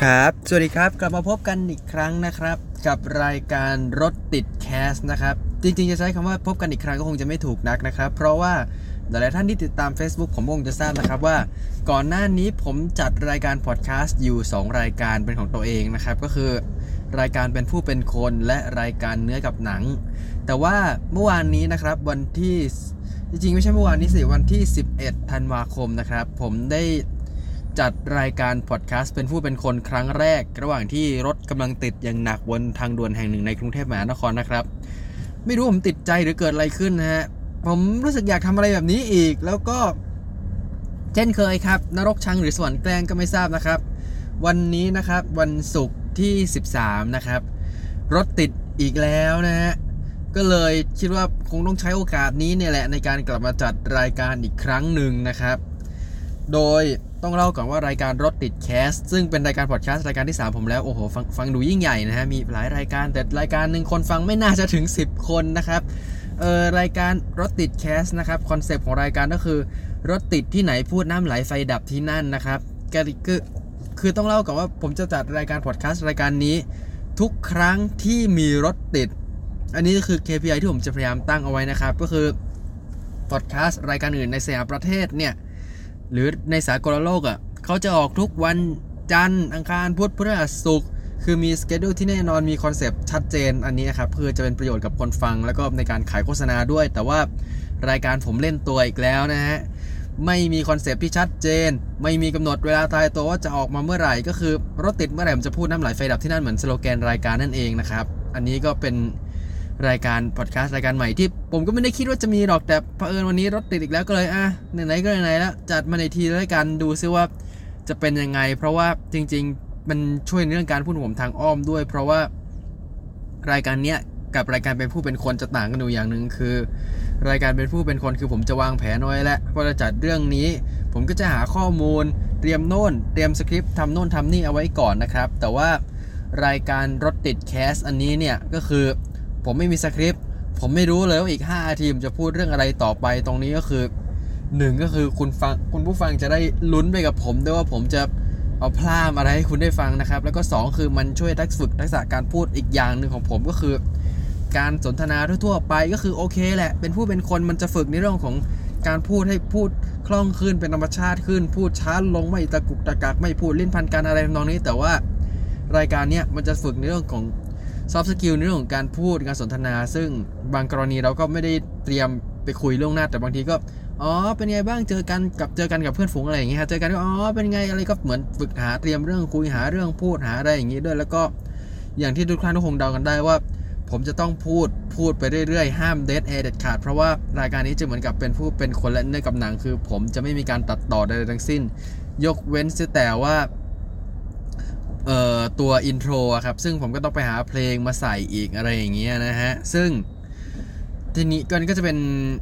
ครับสวัสดีครับกลับมาพบกันอีกครั้งนะครับกับรายการรถติดแคสนะครับจริงๆจะใช้คำว่าพบกันอีกครั้งก็คงจะไม่ถูกนักนะครับเพราะว่าหลายๆท่านที่ติดตาม Facebook ผมคงจะทราบนะครับว่าก่อนหน้านี้ผมจัดรายการพอดแคสต์อยู่2รายการเป็นของตัวเองนะครับก็คือรายการเป็นผู้เป็นคนและรายการเนื้อกับหนังแต่ว่าเมื่อวานนี้นะครับวันที่จริงๆไม่ใช่เมื่อวานนี้สิวันที่11ธันวาคมนะครับผมได้จัดรายการพอดแคสต์เป็นผู้เป็นคนครั้งแรกระหว่างที่รถกำลังติดอย่างหนักบนทางด่วนแห่งหนึ่งในกรุงเทพมหานครนะครับไม่รู้ผมติดใจหรือเกิดอะไรขึ้นนะฮะผมรู้สึกอยากทำอะไรแบบนี้อีกแล้วก็เช่นเคยครับนรกชังหรือสวรรค์แกล้งก็ไม่ทราบนะครับวันนี้นะครับวันศุกร์ที่13นะครับรถติดอีกแล้วนะฮะก็เลยคิดว่าคงต้องใช้โอกาสนี้เนี่ยแหละในการกลับมาจัดรายการอีกครั้งหนึ่งนะครับโดยต้องเล่าก่อนว่ารายการรถติดแคสซึ่งเป็นรายการพอดแคสต์รายการที่3ผมแล้วโอ้โหฟังดูยิ่งใหญ่นะฮะมีหลายรายการแต่รายการนึงคนฟังไม่น่าจะถึง10คนนะครับรายการรถติดแคสนะครับคอนเซปต์ของรายการก็คือรถติดที่ไหนพูดน้ำไหลไฟดับที่นั่นนะครับคือต้องเล่าก่อนว่าผมจะจัดรายการพอดแคสต์รายการนี้ทุกครั้งที่มีรถติดอันนี้ก็คือ KPI ที่ผมจะพยายามตั้งเอาไว้นะครับก็คือพอดแคสต์รายการอื่นในสยามประเทศเนี่ยหรือในสากลโลกเขาจะออกทุกวันจันทร์อังคารพุธพฤหัสศุกร์คือมีสเกดูลที่แน่นอนมีคอนเซปต์ชัดเจนอันนี้ครับเพื่อจะเป็นประโยชน์กับคนฟังแล้วก็ในการขายโฆษณาด้วยแต่ว่ารายการผมเล่นตัวอีกแล้วนะฮะไม่มีคอนเซปต์ที่ชัดเจนไม่มีกำหนดเวลาตายตัวว่าจะออกมาเมื่อไหร่ก็คือรถติดเมื่อไหร่ผมจะพูดน้ำไหลไฟดับที่นั่นเหมือนสโลแกนรายการนั่นเองนะครับอันนี้ก็เป็นรายการพอดแคสต์รายการใหม่ที่ผมก็ไม่ได้คิดว่าจะมีหรอกแต่เผอิญวันนี้รถติดอีกแล้วก็เลยไหนๆก็ไหนๆแล้วจัดมาในทีแล้วกันดูซิว่าจะเป็นยังไงเพราะว่าจริงๆมันช่วยในเรื่องการพูดผมทางอ้อมด้วยเพราะว่ารายการเนี้ยกับรายการเป็นผู้เป็นคนจะต่างกันอยู่อย่างนึงคือรายการเป็นผู้เป็นคนคือผมจะวางแผนไว้แล้วพอจะจัดเรื่องนี้ผมก็จะหาข้อมูลเตรียมโน่นเตรียมสคริปต์ทำโน่นทำนี่เอาไว้ก่อนนะครับแต่ว่ารายการรถติดแคสอันนี้เนี่ยก็คือผมไม่มีสคริปต์ผมไม่รู้เลยว่าอีก5นาทีจะพูดเรื่องอะไรต่อไปตรงนี้ก็คือ1ก็คือคุณผู้ฟังจะได้ลุ้นไปกับผมด้วยว่าผมจะเอาพลาดอะไรให้คุณได้ฟังนะครับแล้วก็2คือมันช่วยฝึกทักษะการพูดอีกอย่างนึงของผมก็คือการสนทนาทั่วไปก็คือโอเคแหละเป็นผู้เป็นคนมันจะฝึกในเรื่องของการพูดให้พูดคล่องขึ้นเป็นธรรมชาติขึ้นพูดช้าลงไม่ตะกุกตะกักไม่พูดลิ้นพันกันอะไรทำนองนี้แต่ว่ารายการเนี้ยมันจะฝึกในเรื่องของsoft skill ในเรื่องของการพูดการสนทนาซึ่งบางกรณีเราก็ไม่ได้เตรียมไปคุยล่วงหน้าแต่บางทีก็เป็นไงบ้างเจอกันกับเพื่อนฝูงอะไรอย่างเงี้ยเจอกันก็เป็นไงอะไรก็เหมือนฝึกหาเตรียมเรื่องคุยหาเรื่องพูดหาอะไรอย่างงี้ด้วยแล้วก็อย่างที่ทุกท่านคงเดากันได้ว่าผมจะต้องพูดไปเรื่อยๆห้ามเดดแอร์เด็ดขาดเพราะว่ารายการนี้จะเหมือนกับเป็นผู้เป็นคนและเนื้อกับหนังคือผมจะไม่มีการตัดต่อใดๆทั้งสิ้นยกเว้นแต่ว่าตัวอินโทรครับซึ่งผมก็ต้องไปหาเพลงมาใส่อีกอะไรอย่างเงี้ยนะฮะซึ่งทีนี้ก็จะเป็น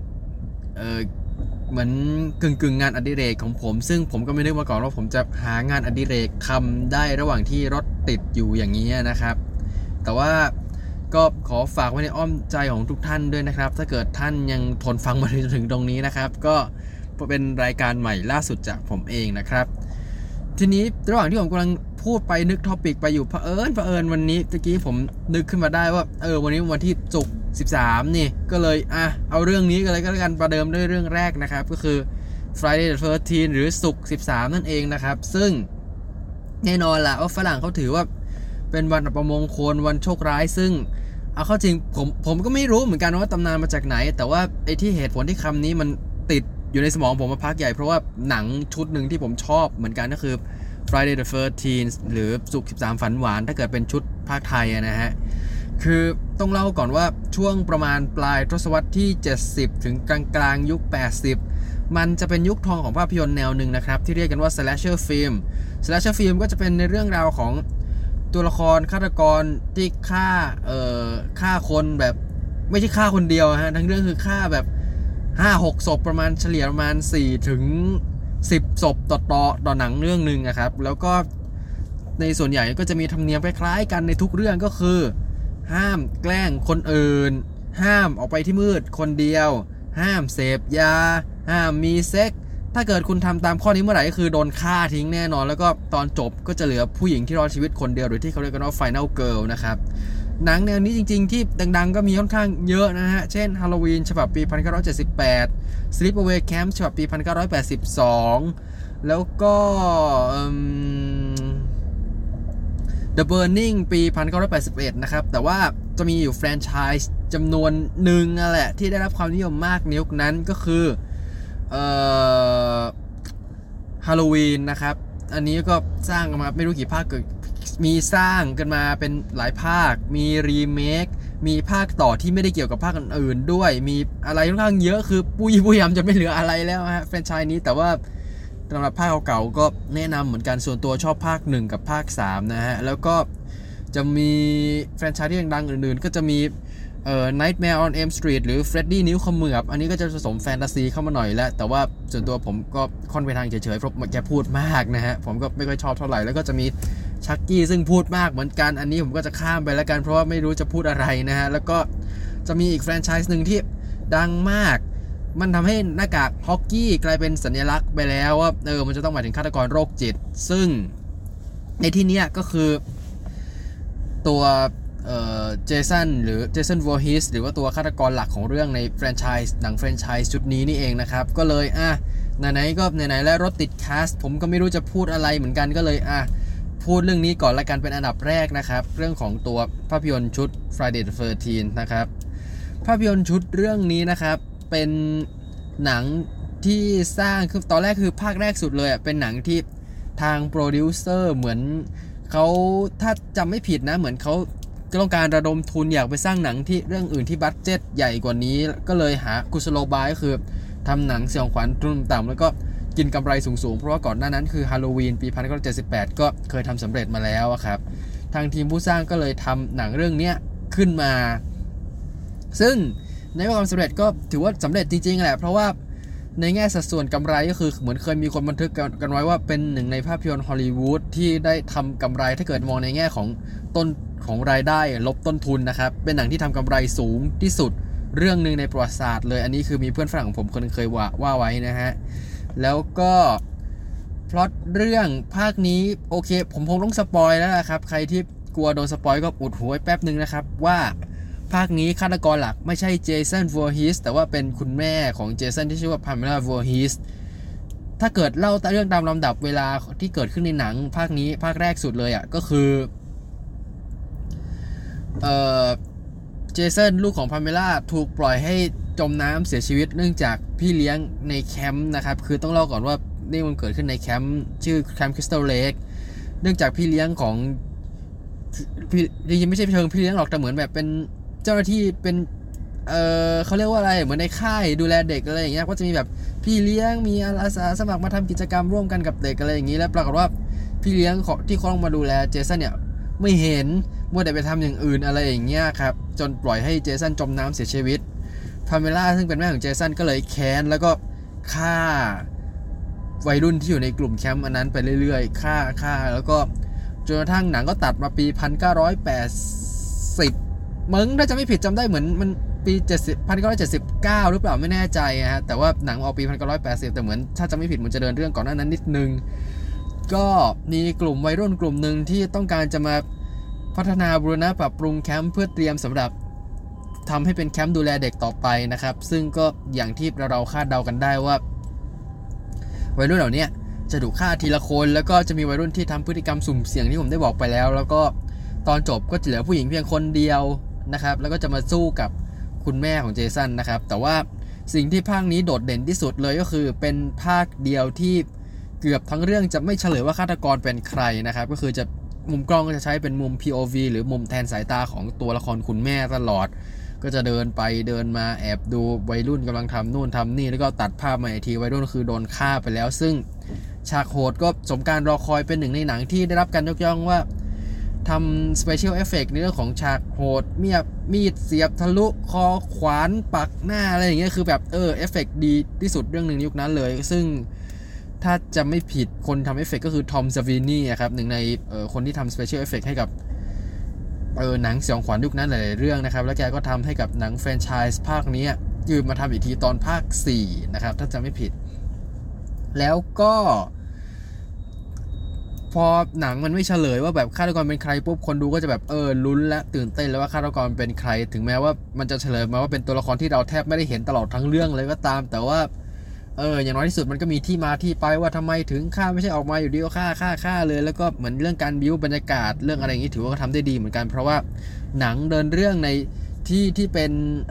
เหมือนกึ่งงานอดิเรกของผมซึ่งผมก็ไม่นึกมาก่อนว่าผมจะหางานอดิเรกทำได้ระหว่างที่รถติดอยู่อย่างนี้นะครับแต่ว่าก็ขอฝากไว้ในอ้อมใจของทุกท่านด้วยนะครับถ้าเกิดท่านยังทนฟังมาถึงตรงนี้นะครับก็เป็นรายการใหม่ล่าสุดจากผมเองนะครับทีนี้ระหว่างที่ผมกำลังพูดไปนึกท็อปิกไปอยู่เผอิญวันนี้ตะกี้ผมนึกขึ้นมาได้ว่าวันนี้วันที่ศุกร์13นี่ก็เลยเอาเรื่องนี้ก็แล้วกันประเดิมด้วยเรื่องแรกนะครับก็คือ Friday the 13 หรือศุกร์13นั่นเองนะครับซึ่งแน่นอนล่ะว่าฝรั่งเขาถือว่าเป็นวันอัปมงคลวันโชคร้ายซึ่งเอาเข้าจริงผมก็ไม่รู้เหมือนกันว่าตำนานมาจากไหนแต่ว่าไอ้ที่เหตุผลที่คำนี้มันติดอยู่ในสมองผมมาพักใหญ่เพราะว่าหนังชุดหนึ่งที่ผมชอบเหมือนกันก็คือ Friday the 13 หรือศุกร์13ฝันหวานถ้าเกิดเป็นชุดภาคไทยนะฮะคือต้องเล่าก่อนว่าช่วงประมาณปลายทศวรรษที่70ถึงกลางยุค80มันจะเป็นยุคทองของภาพยนตร์แนวหนึ่งนะครับที่เรียกกันว่า slasher film ก็จะเป็นในเรื่องราวของตัวละครฆาตกรที่ฆ่าคนแบบไม่ใช่ฆ่าคนเดียวฮะทั้งเรื่องคือฆ่าแบบ 5-6 ศพประมาณเฉลี่ยประมาณ4 ถึง 10 ศพต่อหนังเรื่องนึงนะครับแล้วก็ในส่วนใหญ่ก็จะมีธรรมเนียมคล้ายๆกันในทุกเรื่องก็คือห้ามแกล้งคนอื่นห้ามออกไปที่มืดคนเดียวห้ามเสพยาห้ามมีเซ็กถ้าเกิดคุณทำตามข้อนี้เมื่อไหร่ก็คือโดนฆ่าทิ้งแน่นอนแล้วก็ตอนจบก็จะเหลือผู้หญิงที่รอดชีวิตคนเดียวหรือที่เขาเรียกกันว่า Final Girl นะครับหนังแนวนี้จริงๆที่ดังๆก็มีค่อนข้างเยอะนะฮะเช่น Halloween ฉบับปี 1978 Sleepaway Camp ฉบับปี 1982 แล้วก็The Burning ปี 1981 นะครับแต่ว่าจะมีอยู่แฟรนไชส์จำนวนหนึ่งนั่นแหละที่ได้รับความนิยมมากในยุคนั้นก็คือHalloween นะครับอันนี้ก็สร้างกันมาไม่รู้กี่ภาคมีสร้างกันมาเป็นหลายภาคมีรีเมคมีภาคต่อที่ไม่ได้เกี่ยวกับภาคอื่นๆด้วยมีอะไรค่อนข้างเยอะคือปุยยำจะไม่เหลืออะไรแล้วฮะแฟรนไชส์นี้แต่ว่าสำหรับภาคเก่าๆก็แนะนำเหมือนกันส่วนตัวชอบภาค1กับภาค3นะฮะแล้วก็จะมีแฟรนไชส์ที่ดังๆอื่นๆก็จะมีNightmare on Elm Street หรือ Freddy นิ้วขมือบอันนี้ก็จะผสมแฟนตาซีเข้ามาหน่อยแล้วแต่ว่าส่วนตัวผมก็ค่อนไปทางเฉยๆเพราะแกพูดมากนะฮะผมก็ไม่ค่อยชอบเท่าไหร่แล้วก็จะมีชักกี้ซึ่งพูดมากเหมือนกันอันนี้ผมก็จะข้ามไปแล้วกันเพราะว่าไม่รู้จะพูดอะไรนะฮะแล้วก็จะมีอีกแฟรนไชส์หนึ่งที่ดังมากมันทำให้หน้ากากฮอกกี้กลายเป็นสัญลักษณ์ไปแล้วว่ามันจะต้องหมายถึงฆาตกรโรคจิตซึ่งในที่นี้ก็คือตัวเจสันหรือเจสันวอร์ฮิสหรือว่าตัวฆาตกรหลักของเรื่องในแฟรนไชส์หนังแฟรนไชส์ชุดนี้นี่เองนะครับก็เลยไหนๆก็ไหนๆแล้วรถติดแคสผมก็ไม่รู้จะพูดอะไรเหมือนกันก็เลยพูดเรื่องนี้ก่อนละกันเป็นอันดับแรกนะครับเรื่องของตัวภาพยนตร์ชุด Friday the 13 นะครับภาพยนตร์ชุดเรื่องนี้นะครับเป็นหนังที่สร้างคือตอนแรกคือภาคแรกสุดเลยเป็นหนังที่ทางโปรดิวเซอร์เหมือนเขาถ้าจำไม่ผิดนะเหมือนเขาต้องการระดมทุนอยากไปสร้างหนังที่เรื่องอื่นที่บัดเจ็ตใหญ่กว่านี้ก็เลยหากุศโลบายก็คือทำหนังสยองขวัญทุนต่ำแล้วก็กินกำไรสูงๆเพราะว่าก่อนหน้านั้นคือฮาโลวีนปี 1978 ก็เคยทำสำเร็จมาแล้วครับทางทีมผู้สร้างก็เลยทำหนังเรื่องนี้ขึ้นมาซึ่งในความสำเร็จก็ถือว่าสำเร็จจริงๆแหละเพราะว่าในแง่สัดส่วนกำไรก็คือเหมือนเคยมีคนบันทึกกันไว้ว่าเป็นหนึ่งในภาพยนตร์ฮอลลีวูดที่ได้ทำกำไรถ้าเกิดมองในแง่ของต้นของรายได้ลบต้นทุนนะครับเป็นหนังที่ทำกำไรสูงที่สุดเรื่องนึงในประวัติศาสตร์เลยอันนี้คือมีเพื่อนฝรั่งของผมคนนึงเคยว่าไว้นะฮะแล้วก็พล็อตเรื่องภาคนี้โอเคผมคงต้องสปอยแล้วนะครับใครที่กลัวโดนสปอยก็อุดหูไว้แป๊บนึงนะครับว่าภาคนี้ฆาตกรหลักไม่ใช่เจสันวอร์ฮิสแต่ว่าเป็นคุณแม่ของเจสันที่ชื่อว่าพาเมล่าวอร์ฮิสถ้าเกิดเล่าเรื่องตามลำดับเวลาที่เกิดขึ้นในหนังภาคนี้ภาคแรกสุดเลยก็คือเจสันลูกของพาเมล่าถูกปล่อยให้จมน้ำเสียชีวิตเนื่องจากพี่เลี้ยงในแคมป์นะครับคือต้องเล่าก่อนว่านี่มันเกิดขึ้นในแคมป์ชื่อแคมป์คริสตัลเลคเนื่องจากพี่เลี้ยงของจริงๆไม่ใช่เชิงพี่เลี้ยงหรอกแต่เหมือนแบบเป็นเจ้าหน้าที่เป็นเขาเรียกว่าอะไรเหมือนในค่ายดูแลเด็กอะไรอย่างเงี้ยก็จะมีแบบพี่เลี้ยงมีอาสาสมัครมาทำกิจกรรมร่วมกันกับเด็กอะไรอย่างงี้แล้วปรากฏว่าพี่เลี้ยงที่เขาลงมาดูแลเจสันเนี่ยไม่เห็นมัวแต่ไปทำอย่างอื่นอะไรอย่างเงี้ยครับจนปล่อยให้เจสันจมน้ำเสียชีวิตพาเมล่าซึ่งเป็นแม่ของเจสันก็เลยแค้นแล้วก็ฆ่าวัยรุ่นที่อยู่ในกลุ่มแคมป์อันนั้นไปเรื่อยๆฆ่าแล้วก็จนกระทั่งหนังก็ตัดมาปี 1980มึงถ้าจะไม่ผิดจำได้เหมือนมันปี 1979 หรือเปล่าไม่แน่ใจฮะแต่ว่าหนังออกปี 1980 แต่เหมือนถ้าจะไม่ผิดมันจะเดินเรื่องก่อนหน้านั้นนิดนึงก็มีกลุ่มวัยรุ่นกลุ่มหนึ่งที่ต้องการจะมาพัฒนาบูรณะปรับปรุงแคมป์เพื่อเตรียมสำหรับทำให้เป็นแคมป์ดูแลเด็กต่อไปนะครับซึ่งก็อย่างที่เราคาดเดากันได้ว่าวัยรุ่นเหล่านี้จะถูกฆ่าทีละคนแล้วก็จะมีวัยรุ่นที่ทำพฤติกรรมสุ่มเสี่ยงที่ผมได้บอกไปแล้วแล้วก็ตอนจบก็จะเหลือผู้หญิงเพียงคนเดียวนะครับแล้วก็จะมาสู้กับคุณแม่ของเจสันนะครับแต่ว่าสิ่งที่ภาคนี้โดดเด่นที่สุดเลยก็คือเป็นภาคเดียวที่เกือบทั้งเรื่องจะไม่เฉลยว่าฆาตกรเป็นใครนะครับก็คือจะมุมกล้องก็จะใช้เป็นมุม POV หรือมุมแทนสายตาของตัวละครคุณแม่ตลอดก็จะเดินไปเดินมาแอบดูวัยรุ่นกำลังทำนู่นทำนี่แล้วก็ตัดภาพมาอีกทีวัยรุ่นคือโดนฆ่าไปแล้วซึ่งฉากโหดก็สมการรอคอยเป็นหนึ่งในหนังที่ได้รับการยกย่องว่าทำ Special Effect ในเรื่องของฉากโหดมีดเสียบทะลุคอขวานปักหน้าอะไรอย่างเงี้ยคือแบบเอฟเฟกต์ดีที่สุดเรื่องหนึ่งยุคนั้นเลยซึ่งถ้าจะไม่ผิดคนทำเอฟเฟกต์ก็คือทอมซาวินีครับหนึ่งในคนที่ทำ Special Effect ให้กับหนังสยองขวัญยุคนั้นหลายๆเรื่องนะครับแล้วแกก็ทำให้กับหนังแฟรนไชส์ภาคนี้ยืมมาทำอีกทีตอนภาค4นะครับถ้าจะไม่ผิดแล้วก็พอหนังมันไม่เฉลยว่าแบบฆาตกรเป็นใครปุ๊บคนดูก็จะแบบลุ้นและตื่นเต้นแล้วว่าฆาตกรเป็นใครถึงแม้ว่ามันจะเฉลยมาว่าเป็นตัวละครที่เราแทบไม่ได้เห็นตลอดทั้งเรื่องเลยก็ตามแต่ว่าอย่างน้อยที่สุดมันก็มีที่มาที่ไปว่าทำไมถึงฆ่าไม่ใช่ออกมาอยู่ดีก็ฆ่าเลยแล้วก็เหมือนเรื่องการบิ้วบรรยากาศเรื่องอะไรอย่างนี้ถือว่าทำได้ดีเหมือนกันเพราะว่าหนังเดินเรื่องในที่เป็น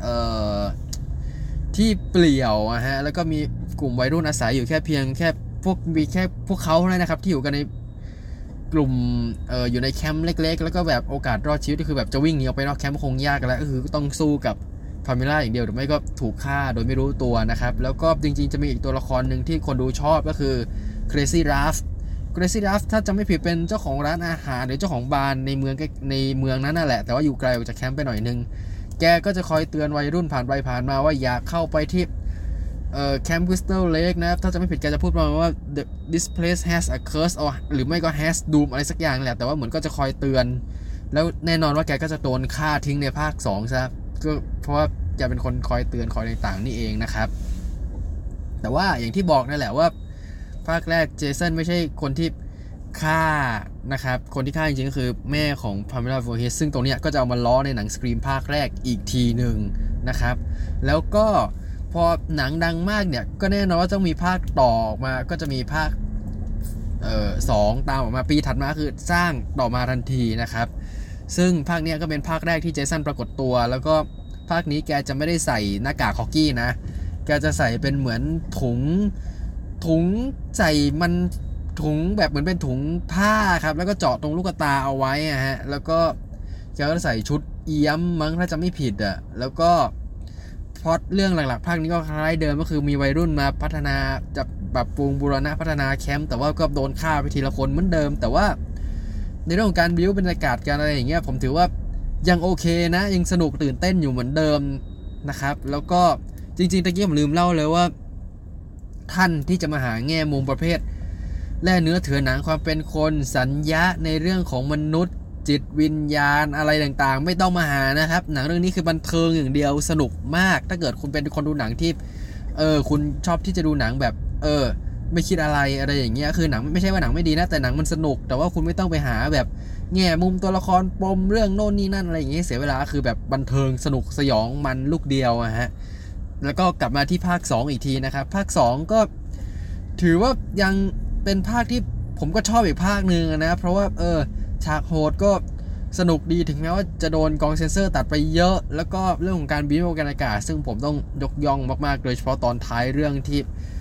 ที่เปลี่ยวฮะแล้วก็มีกลุ่มวัยรุ่นอาศัยอยู่แค่พวกเขาเลยนะครับที่อยู่กันในกลุ่มอยู่ในแคมป์เล็กๆแล้วก็แบบโอกาสรอดชีวิตก็คือแบบจะวิ่งหนีออกไปนอกแคมป์คงยากกันแล้วก็คือต้องสู้กับพาเมล่าอย่างเดียวหรือไม่ก็ถูกฆ่าโดยไม่รู้ตัวนะครับแล้วก็จริงๆจะมีอีกตัวละครหนึ่งที่คนดูชอบก็คือ Crazy Ralph ถ้าจำไม่ผิดเป็นเจ้าของร้านอาหารหรือเจ้าของบาร์ในเมืองนั้นนั่นแหละแต่ว่าอยู่ไกลออกจากแคมป์ไปหน่อยนึงแกก็จะคอยเตือนวัยรุ่นผ่านไปผ่านมาว่าอย่าเข้าไปที่แคมป์คริสตัลเลคนะครับถ้าจะไม่ผิดแกจะพูดมาว่า this place has a curse or หรือไม่ก็ has doom อะไรสักอย่างแหละแต่ว่าเหมือนก็จะคอยเตือนแล้วแน่นอนว่าแกก็จะโดนฆ่าทิ้งในภาค2ซะก็เพราะว่าแกเป็นคนคอยเตือนคอยต่างๆนี่เองนะครับแต่ว่าอย่างที่บอกนั่นแหละว่าภาคแรกเจสันไม่ใช่คนที่ฆ่านะครับคนที่ฆ่าจริงๆก็คือแม่ของพาเมล่า โวอร์เฮสซึ่งตรงนี้ก็จะเอามาล้อในหนังสกรีมภาคแรกอีกทีหนึ่งนะครับแล้วก็พอหนังดังมากเนี่ยก็แน่นอนว่าต้องมีภาคต่อออกมาก็จะมีภาค2ตามออกมาปีถัดมาคือสร้างต่อมาทันทีนะครับซึ่งภาคนี้ก็เป็นภาคแรกที่เจสันปรากฏตัวแล้วก็ภาคนี้แกจะไม่ได้ใส่หน้ากากฮอกกี้นะแกจะใส่เป็นเหมือนถุงใส่มันถุงแบบเหมือนเป็นถุงผ้าครับแล้วก็เจาะตรงลูกตาเอาไว้ฮะแล้วก็แกก็ใส่ชุดเอี้ยมมั้งถ้าจะไม่ผิดแล้วก็พล็อตเรื่องหลักๆภาคนี้ก็คล้ายเดิมก็คือมีวัยรุ่นมาพัฒนาจะปรับปรุงบูรณะพัฒนาแคมป์แต่ว่าก็โดนฆ่าไปทีละคนเหมือนเดิมแต่ว่าในเรื่องของการบิ้วบรรยากาศการอะไรอย่างเงี้ยผมถือว่ายังโอเคนะยังสนุกตื่นเต้นอยู่เหมือนเดิมนะครับแล้วก็จริงๆตะกี้ผมลืมเล่าเลยว่าท่านที่จะมาหาแง่มุมประเภทแล่เนื้อเถือหนังความเป็นคนสัญญาในเรื่องของมนุษย์จิตวิญญาณอะไรต่างๆไม่ต้องมาหานะครับหนังเรื่องนี้คือบันเทิงอย่างเดียวสนุกมากถ้าเกิดคุณเป็นคนดูหนังที่คุณชอบที่จะดูหนังแบบไม่คิดอะไรอย่างเงี้ยคือหนังไม่ใช่ว่าหนังไม่ดีนะแต่หนังมันสนุกแต่ว่าคุณไม่ต้องไปหาแบบแง่มุมตัวละครปมเรื่องโน่นนี่นั่นอะไรอย่างเงี้ยเสียเวลาคือแบบบันเทิงสนุกสยองมันลูกเดียวฮะแล้วก็กลับมาที่ภาค2อีกทีนะครับภาค2ก็ถือว่ายังเป็นภาคที่ผมก็ชอบอีกภาคนึงนะเพราะว่าฉากโหดก็สนุกดีถึงแม้ว่าจะโดนกองเซนเซอร์ตัดไปเยอะแล้วก็เรื่องของการบิ้วบรรยากาศซึ่งผมต้องยกย่องมากๆโดยเฉพาะตอนท้ายเรื่องที่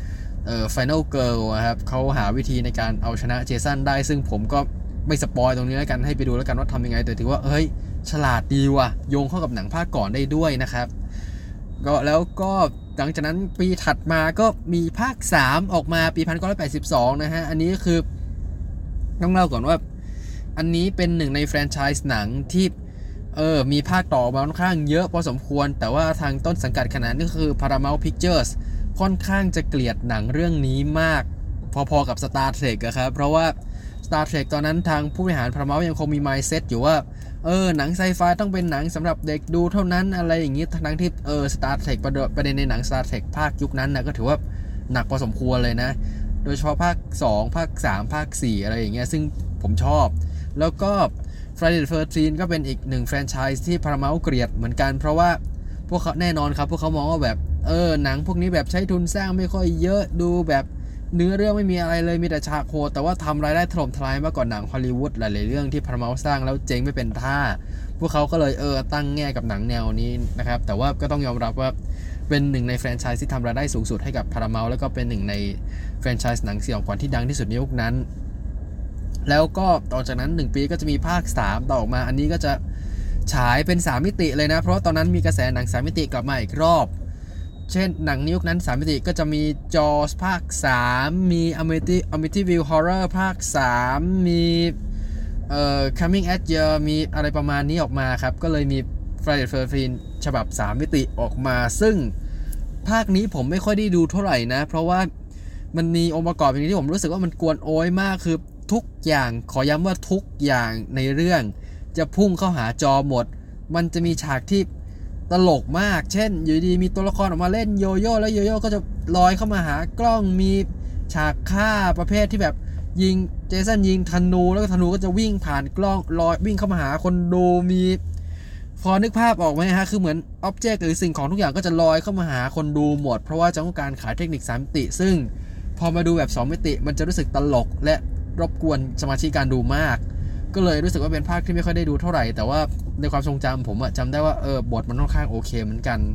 Final Girl ครับเขาหาวิธีในการเอาชนะเจสันได้ซึ่งผมก็ไม่สปอยตรงนี้แล้วกันให้ไปดูแล้วกันว่าทำยังไงแต่ถือว่าเฮ้ยฉลาดดีว่ะโยงเข้ากับหนังภาคก่อนได้ด้วยนะครับแล้วก็หลังจากนั้นปีถัดมาก็มีภาค3ออกมาปี1982นะฮะอันนี้คือต้องเล่าก่อนว่าอันนี้เป็นหนึ่งในแฟรนไชส์หนังที่มีภาคต่อมาค่อนข้างเยอะพอสมควรแต่ว่าทางต้นสังกัดขนาดนี้คือ Paramount Pictures ค่อนข้างจะเกลียดหนังเรื่องนี้มากพอๆกับ Star Trek ครับเพราะว่า Star Trek ตอนนั้นทางผู้บริหาร Paramount ยังคงมี mindset อยู่ว่าหนังไซไฟต้องเป็นหนังสำหรับเด็กดูเท่านั้นอะไรอย่างนี้ทั้งที่Star Trek ประเด็นในหนัง Star Trek ภาคยุคนั้นนะก็ถือว่าหนักพอสมควรเลยนะโดยเฉพาะภาค2ภาค3ภาค4อะไรอย่างเงี้ยซึ่งผมชอบแล้วก็ Friday the 13ก็เป็นอีกหนึ่งแฟรนไชส์ที่ Paramount เกลียดเหมือนกันเพราะว่าพวกเขาแน่นอนครับพวกเขามองว่าแบบหนังพวกนี้แบบใช้ทุนสร้างไม่ค่อยเยอะดูแบบเนื้อเรื่องไม่มีอะไรเลยมีแต่ฉากโหดแต่ว่าทำรายได้ถล่มทลายมากกว่าหนังฮอลลีวูดหลายๆเรื่องที่ Paramount สร้างแล้วเจ๊งไม่เป็นท่าพวกเขาก็เลยตั้งแง่กับหนังแนวนี้นะครับแต่ว่าก็ต้องยอมรับว่าเป็นหนึ่งในแฟรนไชส์ที่ทำรายได้สูงสุดให้กับ Paramount แล้วก็เป็นหนึ่งในแฟรนไชส์หนังสยองขวัญที่ดังที่สุดในยุคนั้นแล้วก็ต่อจากนั้น1ปีก็จะมีภาค3ต่อออกมาอันนี้ก็จะฉายเป็น3มิติเลยนะเพราะตอนนั้นมีกระแสหนัง3มิติกลับมาอีกรอบเช่นหนังยุคนั้น3มิติก็จะมี Jaws ภาค3มี Amityville Horror ภาค3มีComing at You มีอะไรประมาณนี้ออกมาครับก็เลยมี Friday the 13ฉบับ3มิติออกมาซึ่งภาคนี้ผมไม่ค่อยได้ดูเท่าไหร่นะเพราะว่ามันมีองค์ประกอบอย่างนี้ที่ผมรู้สึกว่ามันกวนโอยมากคือทุกอย่างขอย้ำว่าทุกอย่างในเรื่องจะพุ่งเข้าหาจอหมดมันจะมีฉากที่ตลกมากเช่นอยู่ดีมีตัวละครออกมาเล่นโยโย่แล้วโยโย่ก็จะลอยเข้ามาหา กล้องมีฉากฆ่าประเภทที่แบบยิงเจสันยิงธนูแล้วก็ธนูก็จะวิ่งผ่านกล้องลอยวิ่งเข้ามาหาคนดูมีพอนึกภาพออกไหมฮะคือเหมือนอ็อบเจกต์หรือสิ่งของทุกอย่างก็จะลอยเข้ามาหาคนดูหมดเพราะว่าจะต้องการขายเทคนิค3มิติซึ่งพอมาดูแบบ2มิติมันจะรู้สึกตลกและรบกวนสมาธิการดูมากก็เลยรู้สึกว่าเป็นภาคที่ไม่ค่อยได้ดูเท่าไหร่แต่ว่าในความทรงจำผมจำได้ว่าบทมันค่อนข้างโอเคเหมือนกัน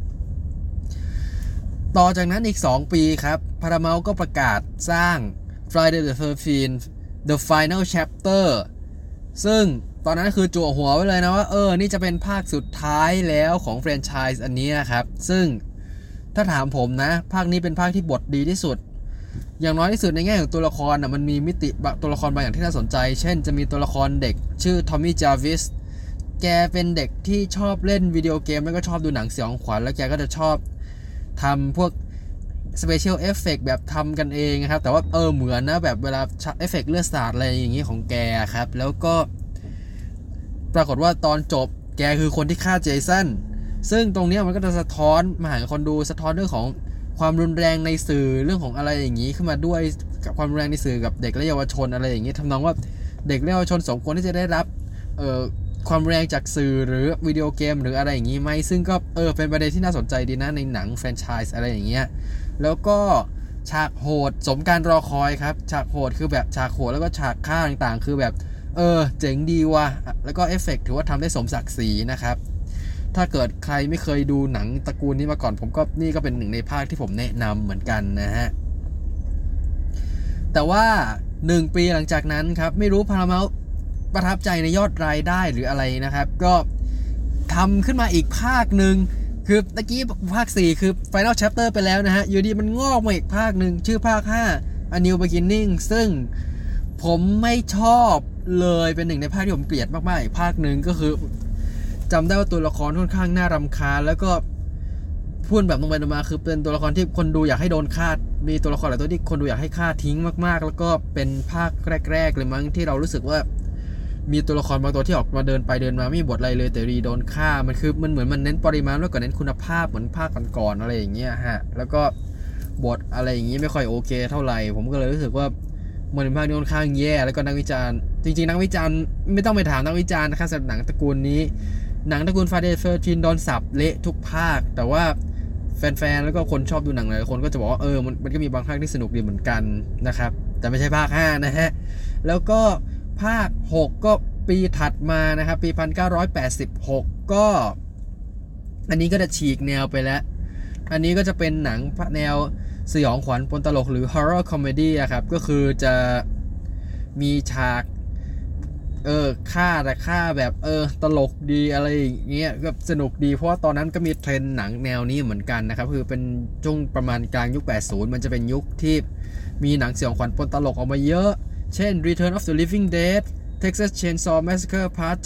ต่อจากนั้นอีก2ปีครับ Paramount ก็ประกาศสร้าง Friday the 13th The Final Chapter ซึ่งตอนนั้นคือจั่วหัวไว้เลยนะว่านี่จะเป็นภาคสุดท้ายแล้วของแฟรนไชส์อันนี้ครับซึ่งถ้าถามผมนะภาคนี้เป็นภาคที่บทดีที่สุดอย่างน้อยที่สุดในแง่ของตัวละครมันมีมิติตัวละครบางอย่างที่น่าสนใจเช่นจะมีตัวละครเด็กชื่อทอมมี่จาวิสแกเป็นเด็กที่ชอบเล่นวิดีโอเกมแล้วก็ชอบดูหนังสยองขวัญแล้วแกก็จะชอบทำพวกSpecial Effect แบบทำกันเองครับแต่ว่าเหมือนนะแบบเวลาเอฟเฟกต์เลือดสาดอะไรอย่างงี้ของแกครับแล้วก็ปรากฏว่าตอนจบแกคือคนที่ฆ่าเจสันซึ่งตรงนี้มันก็จะสะท้อนมาหาคนดูสะท้อนเรื่องของความรุนแรงในสื่อเรื่องของอะไรอย่างนี้ขึ้นมาด้วยกับความรุนแรงในสื่อกับเด็กและเยาวชนอะไรอย่างนี้ทำนองว่าเด็กและเยาวชนสมควรที่จะได้รับความแรงจากสื่อหรือวิดีโอเกมหรืออะไรอย่างนี้ไหมซึ่งก็เป็นประเด็นที่น่าสนใจดีนะในหนังแฟรนไชส์อะไรอย่างเงี้ยแล้วก็ฉากโหดสมการรอคอยครับฉากโหดคือแบบฉากโหดแล้วก็ฉากฆ่าต่างๆคือแบบเจ๋งดีว่ะแล้วก็เอฟเฟกต์ถือว่าทำได้สมศักดิ์ศรีนะครับถ้าเกิดใครไม่เคยดูหนังตระกูลนี้มาก่อนผมก็นี่ก็เป็นหนึ่งในภาคที่ผมแนะนำเหมือนกันนะฮะแต่ว่า1ปีหลังจากนั้นครับไม่รู้ Paramount ประทับใจในยอดรายได้หรืออะไรนะครับก็ทำขึ้นมาอีกภาคหนึ่งคือตะกี้ภาค4คือ Final Chapter ไปแล้วนะฮะอยู่ดีมันงอกมาอีกภาคหนึ่งชื่อภาค5 A New Beginning ซึ่งผมไม่ชอบเลยเป็นหนึ่งในภาคที่ผมเกลียดมากๆอีกภาคหนึ่งก็คือจำได้ว่าตัวละครค่อนข้างน่ารำคาญแล้วก็พูดแบบตรงไปตรงมาคือเป็นตัวละครที่คนดูอยากให้โดนฆ่ามีตัวละครหลายตัวที่คนดูอยากให้ฆ่าทิ้งมากๆแล้วก็เป็นภาคแรกๆเลยมั้งที่เรารู้สึกว่ามีตัวละครบางตัวที่ออกมาเดินไปเดินมาไม่มีบทอะไรเลยแต่โดนฆ่ามันคือมันเหมือนมันเน้นปริมาณมากกว่าเน้นคุณภาพเหมือนภาคก่อนๆอะไรอย่างเงี้ยฮะแล้วก็บทอะไรอย่างงี้ไม่ค่อยโอเคเท่าไหร่ผมก็เลยรู้สึกว่ามันเป็นภาคที่ค่อนข้างแย่แล้วก็นักวิจารณ์จริงๆนักวิจารณ์ไม่ต้องไปถามนักวิจารณ์นะครับสำหรับหนังตระกูลนี้หนังตระกูล Friday the 13โดนสับเละทุกภาคแต่ว่าแฟนๆแล้วก็คนชอบดูหนังหลายคนก็จะบอกว่ามันก็มีบางภาคที่สนุกดีเหมือนกันนะครับแต่ไม่ใช่ภาค5นะฮะแล้วก็ภาค6ก็ปีถัดมานะครับปี1986ก็อันนี้ก็จะฉีกแนวไปแล้วอันนี้ก็จะเป็นหนังแนวสยองขวัญปนตลกหรือ horror comedy ครับก็คือจะมีฉากฆ่าแต่ฆ่าแบบตลกดีอะไรอย่างเงี้ยก็สนุกดีเพราะว่าตอนนั้นก็มีเทรนด์หนังแนวนี้เหมือนกันนะครับคือเป็นช่วงประมาณกลางยุค80มันจะเป็นยุคที่มีหนังสยองขวัญปนตลกออกมาเยอะเช่น Return of the Living Dead Texas Chainsaw Massacre Part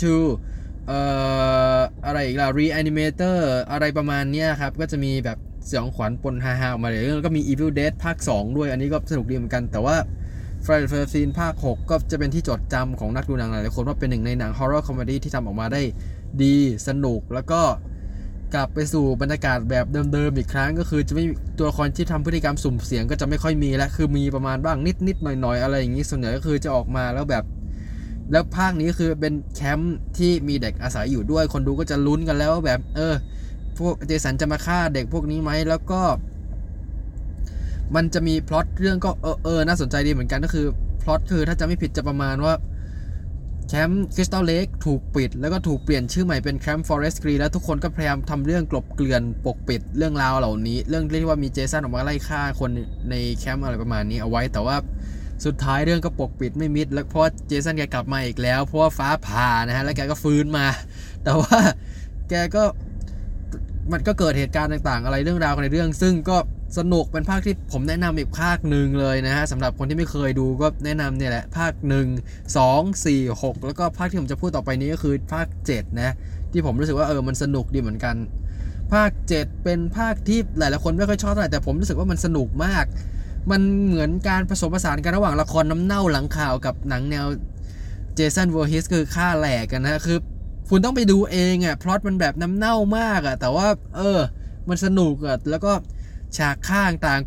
2อะไรอีกล่ะ Reanimator อะไรประมาณเนี้ยครับก็จะมีแบบสยองขวัญปนฮาๆออกมาเลยแล้วก็มี Evil Dead ภาค2ด้วยอันนี้ก็สนุกดีเหมือนกันแต่ว่าFriday the 13ภาค6ก็จะเป็นที่จดจำของนักดูหนังหลายคนว่าเป็นหนึ่งในหนัง horror comedy ที่ทำออกมาได้ดีสนุกแล้วก็กลับไปสู่บรรยากาศแบบเดิมๆอีกครั้งก็คือจะไม่ตัวละครที่ทำพฤติกรรมสุ่มเสี่ยงก็จะไม่ค่อยมีแล้วคือมีประมาณบ้างนิดๆหน่อยๆอะไรอย่างนี้ส่วนใหญ่ก็คือจะออกมาแล้วแบบแล้วภาคนี้คือเป็นแคมป์ที่มีเด็กอาศัยอยู่ด้วยคนดูก็จะลุ้นกันแล้วว่าแบบพวกเจสันจะมาฆ่าเด็กพวกนี้ไหมแล้วก็มันจะมีพล็อตเรื่องก็น่าสนใจดีเหมือนกันก็คือพล็อตคือถ้าจะไม่ผิดจะประมาณว่าแคมป์คริสตัลเลคถูกปิดแล้วก็ถูกเปลี่ยนชื่อใหม่เป็นแคมป์ฟอเรสต์กรีนแล้วทุกคนก็พยายามทำเรื่องกลบเกลื่อนปกปิดเรื่องราวเหล่านี้เรื่องที่ว่ามีเจสันออกมาไล่ฆ่าคนในแคมป์อะไรประมาณนี้เอาไว้แต่ว่าสุดท้ายเรื่องก็ปกปิดไม่มิดแล้วเพราะเจสันแกกลับมาอีกแล้วเพราะว่าฟ้าผ่านะฮะแล้วแกก็ฟื้นมาแต่ว่าแกก็มันก็เกิดเหตุการณ์ต่างๆอะไรเรื่องราวในเรื่องซึ่งก็สนุกเป็นภาคที่ผมแนะนำอีกภาคหนึ่งเลยนะฮะสำหรับคนที่ไม่เคยดูก็แนะนำเนี่ยแหละภาค1 2 4 6แล้วก็ภาคที่ผมจะพูดต่อไปนี้ก็คือภาค7นะที่ผมรู้สึกว่ามันสนุกดีเหมือนกันภาค7เป็นภาคที่หลายๆคนไม่ค่อยชอบเท่าไหร่แต่ผมรู้สึกว่ามันสนุกมากมันเหมือนการผสมผสานกันระหว่างละครน้ำเน่าหลังข่าวกับหนังแนวเจสัน เวอร์ฮิสคือฆ่าแหลกกันนะคือคุณต้องไปดูเองอ่ะพล็อตมันแบบน้ำเน่ามากอ่ะแต่ว่ามันสนุกอ่ะแล้วก็ฉากฆ่าต่างก็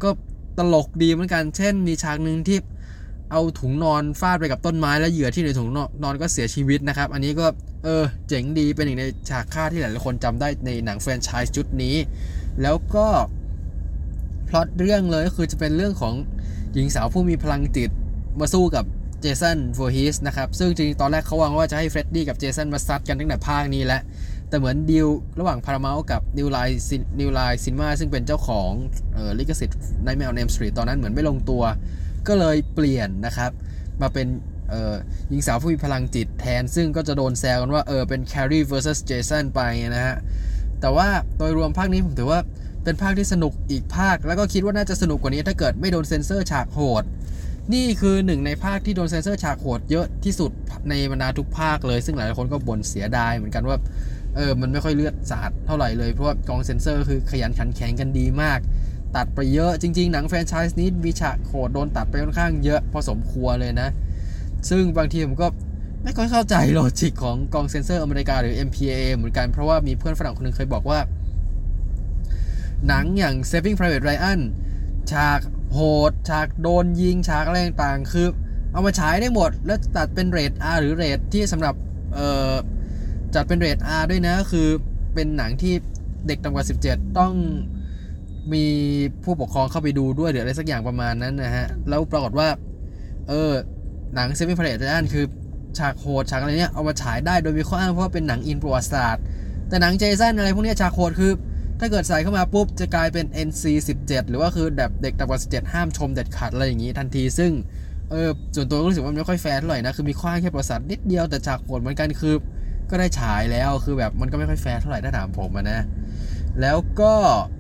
ตลกดีเหมือนกันเช่นมีฉากหนึ่งที่เอาถุงนอนฟาดไปกับต้นไม้แล้วเหยื่อที่ในถุงนอนก็เสียชีวิตนะครับอันนี้ก็เจ๋งดีเป็นหนึ่งในฉากฆ่าที่หลายๆคนจำได้ในหนังแฟรนไชส์ชุดนี้แล้วก็พล็อตเรื่องเลยก็คือจะเป็นเรื่องของหญิงสาวผู้มีพลังจิตมาสู้กับเจสันโฟร์ฮิสนะครับซึ่งจริงๆตอนแรกเขาวางว่าจะให้เฟรดดี้กับเจสันมาซัดกันตั้งแต่ภาคนี้แล้วแต่เหมือนดีลระหว่าง Paramount กับ New Line Cinema ซึ่งเป็นเจ้าของลิขสิทธิ์ Nightmare on Elm Street ตอนนั้นเหมือนไม่ลงตัวก็เลยเปลี่ยนนะครับมาเป็นหญิงสาวผู้มีพลังจิตแทนซึ่งก็จะโดนแซวกันว่าเป็น Carrie vs Jason ไปนะฮะแต่ว่าโดยรวมภาคนี้ผมถือว่าเป็นภาคที่สนุกอีกภาคแล้วก็คิดว่าน่าจะสนุกกว่านี้ถ้าเกิดไม่โดนเซ็นเซอร์ฉากโหดนี่คือหนึ่งในภาคที่โดนเซ็นเซอร์ฉากโหดเยอะที่สุดในบรรดาทุกภาคเลยซึ่งหลายคนก็บ่นเสียดายเหมือนกันว่ามันไม่ค่อยเลือดสาดเท่าไหร่เลยเพราะว่ากองเซ็นเซอร์คือขยันขันแข็งกันดีมากตัดไปเยอะจริงๆหนังแฟรนไชส์นี้มีฉากโหดโดนตัดไปค่อนข้างเยอะพอสมควรเลยนะซึ่งบางทีผมก็ไม่ค่อยเข้าใจโลจิกของกองเซ็นเซอร์อเมริกาหรือ MPAA เหมือนกันเพราะว่ามีเพื่อนฝรั่งคนนึงเคยบอกว่าหนังอย่าง Saving Private Ryan ฉากโหดฉากโดนยิงฉากอะไรต่างๆคือเอามาฉายได้หมดแล้วตัดเป็นเรท R หรือเรทที่สำหรับจัดเป็นเรท R ด้วยนะคือเป็นหนังที่เด็กต่ำกว่า17ต้องมีผู้ปกครองเข้าไปดูด้วยหรืออะไรสักอย่างประมาณนั้นนะฮะแล้วปรากฏว่าหนัง Saving Private Ryan คือฉากโหดฉากอะไรเนี้ยเอามาฉายได้โดยมีข้ออ้างเพราะว่าเป็นหนังอินประวัติศาสตร์แต่หนังเจสันอะไรพวกนี้ฉากโหดคือถ้าเกิดใส่เข้ามาปุ๊บจะกลายเป็น NC-17 หรือว่าคือแบบเด็กต่ำกว่า17ห้ามชมเด็ดขาดอะไรอย่างนี้ทันทีซึ่งส่วนตัวรู้สึกว่ามันไม่ค่อยแฟร์เท่าไหร่นะคือมีข้ออ้างแค่ประวัติศาสตร์นิดเดียวแต่ฉากโหดเหมือนกันคือก็ได้ฉายแล้วคือแบบมันก็ไม่ค่อยแฟร์เท่าไหร่ถ้าถามผมนะแล้วก็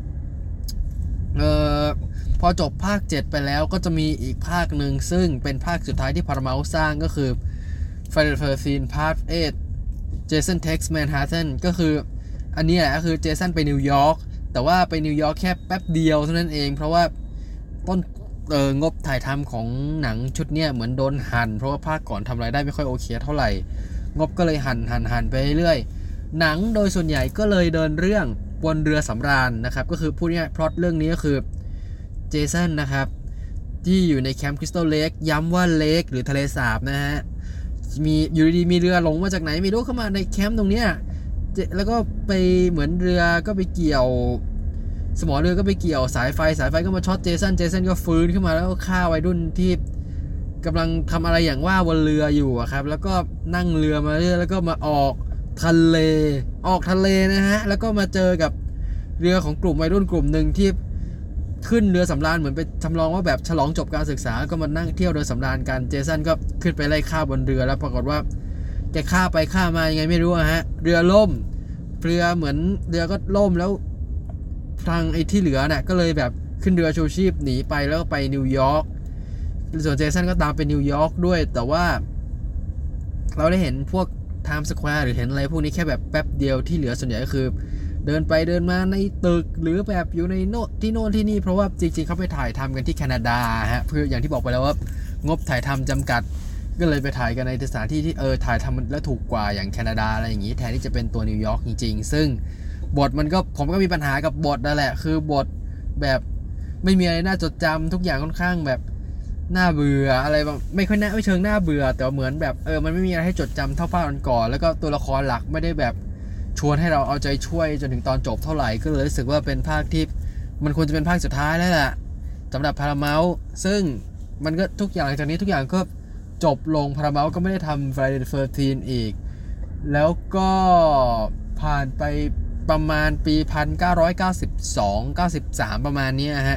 พอจบภาค7ไปแล้วก็จะมีอีกภาคหนึ่งซึ่งเป็นภาคสุดท้ายที่ Paramount สร้างก็คือ Friday the 13th Part 8 Jason Takes Manhattan ก็คืออันนี้แหละก็คือเจสันไปนิวยอร์กแต่ว่าไปนิวยอร์กแค่แป๊บเดียวเท่านั้นเองเพราะว่าต้นงบถ่ายทำของหนังชุดเนี้ยเหมือนโดนหั่นเพราะว่าภาคก่อนทำรายได้ไม่ค่อยโอเคเท่าไหร่งบก็เลยหั่นไปเรื่อยหนังโดยส่วนใหญ่ก็เลยเดินเรื่องบนเรือสำราญนะครับก็คือพูดง่ายๆพล็อตเรื่องนี้ก็คือเจสันนะครับที่อยู่ในแคมป์คริสตัลเลคย้ำว่าเลคหรือทะเลสาบนะฮะมีอยู่ดีๆมีเรือหลงมาจากไหนไม่รู้เข้ามาในแคมป์ตรงเนี้ยแล้วก็ไปเหมือนเรือก็ไปเกี่ยวสมอเรือก็ไปเกี่ยวสายไฟก็มาช็อตเจสันก็ฟื้นขึ้นมาแล้วก็ฆ่าวัยรุ่นที่กำลังทำอะไรอย่างว่าบนเรืออยู่ครับแล้วก็นั่งเรือมาเรื่อยแล้วก็มาออกทะเลนะฮะแล้วก็มาเจอกับเรือของกลุ่มวัยรุ่นกลุ่มหนึ่งที่ขึ้นเรือสำราญเหมือนไปทำลองว่าแบบฉลองจบการศึกษาก็มานั่งเที่ยวเรือสำราญกันเจสันก็ขึ้นไปไล่ฆ่าบนเรือแล้วปรากฏว่าแกฆ่าไปฆ่ามายังไงไม่รู้ฮะเรือล่มเรือก็ล่มแล้วทางไอ้ที่เหลือน่ะก็เลยแบบขึ้นเรือชูชีพหนีไปแล้วก็ไปนิวยอร์กส่วนเจสันก็ตามไปนิวยอร์กด้วยแต่ว่าเราได้เห็นพวกไทม์สแควร์หรือเห็นอะไรพวกนี้แค่แบบแป๊บเดียวที่เหลือส่วนใหญ่ก็คือเดินไปเดินมาในตึกหรือแบบอยู่ในโน่นที่นี่เพราะว่าจริงๆเขาไปถ่ายทำกันที่แคนาดาฮะเพื่ออย่างที่บอกไปแล้วว่างบถ่ายทำจำกัดก็เลยไปถ่ายกันในสถานที่ที่ถ่ายทำแล้วถูกกว่าอย่างแคนาดาอะไรอย่างนี้แทนที่จะเป็นตัวนิวยอร์กจริงๆซึ่งบทผมก็มีปัญหากับบทนั่นแหละคือบทแบบไม่มีอะไรน่าจดจำทุกอย่างค่อนข้างแบบน่าเบื่ออะไรบางไม่ค่อยน่าไม่เชิงน่าเบื่อแต่เหมือนแบบมันไม่มีอะไรให้จดจำเท่าภาคก่อนแล้วก็ตัวละครหลักไม่ได้แบบชวนให้เราเอาใจช่วยจนถึงตอนจบเท่าไหร่ก็เลยรู้สึกว่าเป็นภาคที่มันควรจะเป็นภาคสุดท้ายแล้วแหละสำหรับ Paramount ซึ่งมันก็ทุกอย่างหลังจากนี้ทุกอย่างก็จบลง Paramount ก็ไม่ได้ทำ Friday the 13 อีกแล้วก็ผ่านไปประมาณปี1992-93ประมาณนี้ฮะ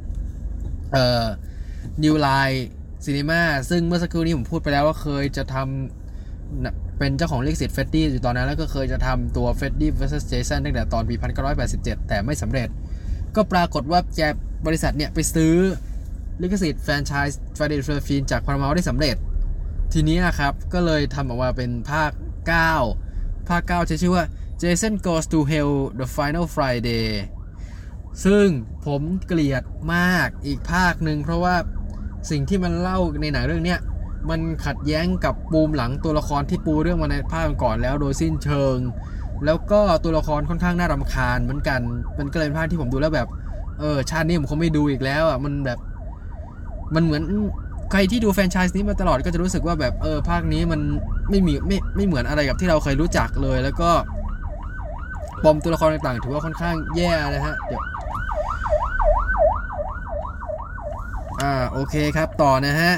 New Line Cinema ซึ่งเมื่อสักครู่นี้ผมพูดไปแล้วว่าเคยจะทำเป็นเจ้าของลิขสิทธิ์เฟดดี้อยู่ตอนนั้นแล้วก็เคยจะทำตัว Freddy vs Jason ตั้งแต่ตอนปี1987แต่ไม่สำเร็จก็ปรากฏว่าบริษัทเนี่ยไปซื้อลิขสิทธิ์แฟรนไชส์ Friday the 13 จาก Paramount ได้สำเร็จทีนี้นะครับก็เลยทำออกมาเป็นภาค9ใช้ชื่อว่า Jason Goes to Hell The Final Friday ซึ่งผมเกลียดมากอีกภาคหนึ่งเพราะว่าสิ่งที่มันเล่าในหนังเรื่องนี้มันขัดแย้งกับปูมหลังตัวละครที่ปูเรื่องมาในภาคก่อนแล้วโดยสิ้นเชิงแล้วก็ตัวละครค่อนข้างน่ารำคาญเหมือนกันมันก็เลยเป็นภาคที่ผมดูแล้วแบบชาตินี้ผมคงไม่ดูอีกแล้วอ่ะมันแบบมันเหมือนใครที่ดูแฟรนไชส์นี้มาตลอดก็จะรู้สึกว่าแบบภาคนี้มันไม่เหมือนอะไรกับที่เราเคยรู้จักเลยแล้วก็ปมตัวละครต่างๆถือว่าค่อนข้างแย่นะฮะเดี๋ยวโอเคครับต่อนะฮะ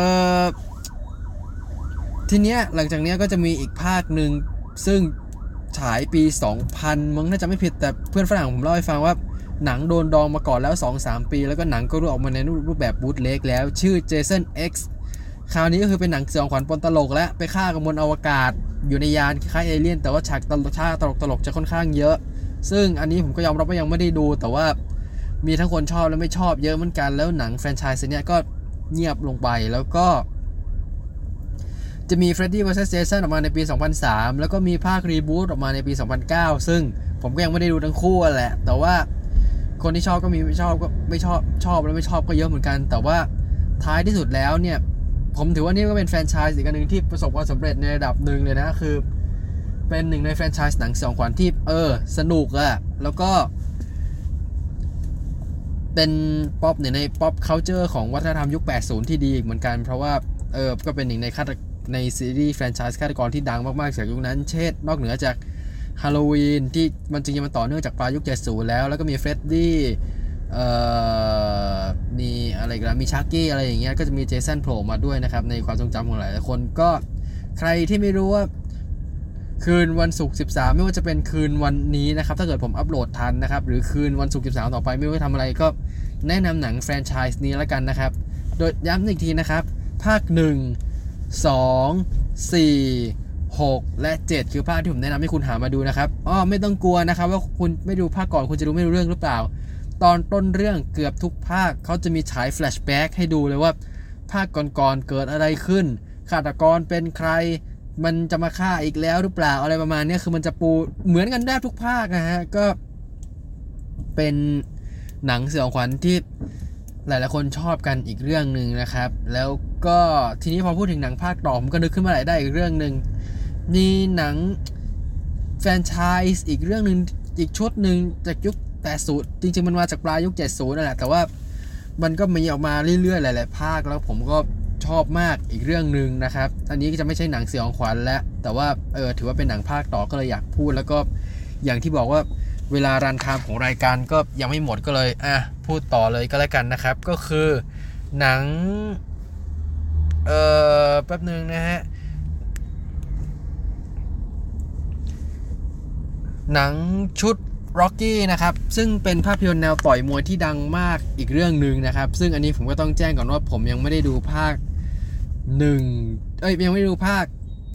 ทีเนี้ยหลังจากนี้ก็จะมีอีกภาคหนึ่งซึ่งฉายปี 2000 มั้งน่าจะไม่ผิดแต่เพื่อนฝรั่งผมเล่าให้ฟังว่าหนังโดนดองมาก่อนแล้ว 2-3 ปีแล้วก็หนังก็รู้ออกมาในรูปแบบบูทเล็กแล้วชื่อ Jason X คราวนี้ก็คือเป็นหนังสยองขวัญปนตลกและไปฆ่ากันบนอวกาศอยู่ในยานคล้ายเอเลี่ยนแต่ว่าฉากตลกจะค่อนข้างเยอะซึ่งอันนี้ผมก็ยอมรับว่ายังไม่ได้ดูแต่ว่ามีทั้งคนชอบและไม่ชอบเยอะเหมือนกันแล้วหนังแฟรนไชส์เนี้ยก็เงียบลงไปแล้วก็จะมี Freddy vs Jason ออกมาในปี 2003 แล้วก็มีภาครีบูตออกมาในปี 2009 ซึ่งผมก็ยังไม่ได้ดูทั้งคู่แหละแต่ว่าคนที่ชอบก็มีไม่ชอบก็ไม่ชอบชอบแล้วไม่ชอบก็เยอะเหมือนกันแต่ว่าท้ายที่สุดแล้วเนี่ยผมถือว่านี่ก็เป็นแฟรนไชส์อีกอันนึงที่ประสบความสำเร็จในระดับหนึ่งเลยนะคือเป็นหนึ่งในแฟรนไชส์หนังสยองขวัญที่สนุกอะแล้วก็เป็นป๊อปในป๊อปคัลเจอร์ของวัฒนธรรมยุค 80 ที่ดีอีกเหมือนกันเพราะว่าก็เป็นหนึ่งในซีรีส์แฟรนไชส์ฆาตกรที่ดังมากๆจากยุคนั้นเช่นนอกเหนือจากฮาโลวีนที่มันจริงๆมันต่อเนื่องจากปลายยุค 70 แล้วก็มีเฟรดดี้มีอะไรกันมีชักกี้อะไรอย่างเงี้ยก็จะมีเจสันโผล่มาด้วยนะครับในความทรงจำของหลายคนก็ใครที่ไม่รู้ว่าคืนวันศุกร์ 13ไม่ว่าจะเป็นคืนวันนี้นะครับถ้าเกิดผมอัปโหลดทันนะครับหรือคืนวันศุกร์ 13ต่อไปไม่รู้จะทำอะไรก็แนะนำหนังแฟรนไชส์นี้แล้วกันนะครับโดยย้ำอีกทีนะครับภาค1 2 4 6 และ 7คือภาคที่ผมแนะนำให้คุณหามาดูนะครับไม่ต้องกลัวนะครับว่าคุณไม่ดูภาคก่อนคุณจะดูไม่รู้เรื่องหรือเปล่าตอนต้นเรื่องเกือบทุกภาคเขาจะมีฉายแฟลชแบ็กให้ดูเลยว่าภาคก่อนๆเกิดอะไรขึ้นฆาตกรเป็นใครมันจะมาฆ่าอีกแล้วหรือเปล่าอะไรประมาณนี้คือมันจะปูเหมือนกันได้ทุกภาคนะฮะก็เป็นหนังสยองขวัญที่หลายๆคนชอบกันอีกเรื่องหนึ่งนะครับแล้วก็ทีนี้พอพูดถึงหนังภาคต่อผมก็นึกขึ้นมาได้อีกเรื่องหนึ่งมีหนังแฟรนไชส์อีกเรื่องหนึ่งอีกชุดหนึ่งจากยุค80จริงๆมันมาจากปลายยุค70นั่นแหละแต่ว่ามันก็มีออกมาเรื่อยๆหลายๆภาคแล้วผมก็ชอบมากอีกเรื่องหนึ่งนะครับอันนี้ก็จะไม่ใช่หนังสยองขวัญแล้วแต่ว่าถือว่าเป็นหนังภาคต่อก็เลยอยากพูดแล้วก็อย่างที่บอกว่าเวลารันไทม์ของรายการก็ยังไม่หมดก็เลยพูดต่อเลยก็แล้วกันนะครับก็คือหนังแป๊บนึงนะฮะหนังชุด Rocky นะครับซึ่งเป็นภาพยนตร์แนวต่อยมวยที่ดังมากอีกเรื่องนึงนะครับซึ่งอันนี้ผมก็ต้องแจ้งก่อนว่าผมยังไม่ได้ดูภาคยังไม่ได้ดูภาค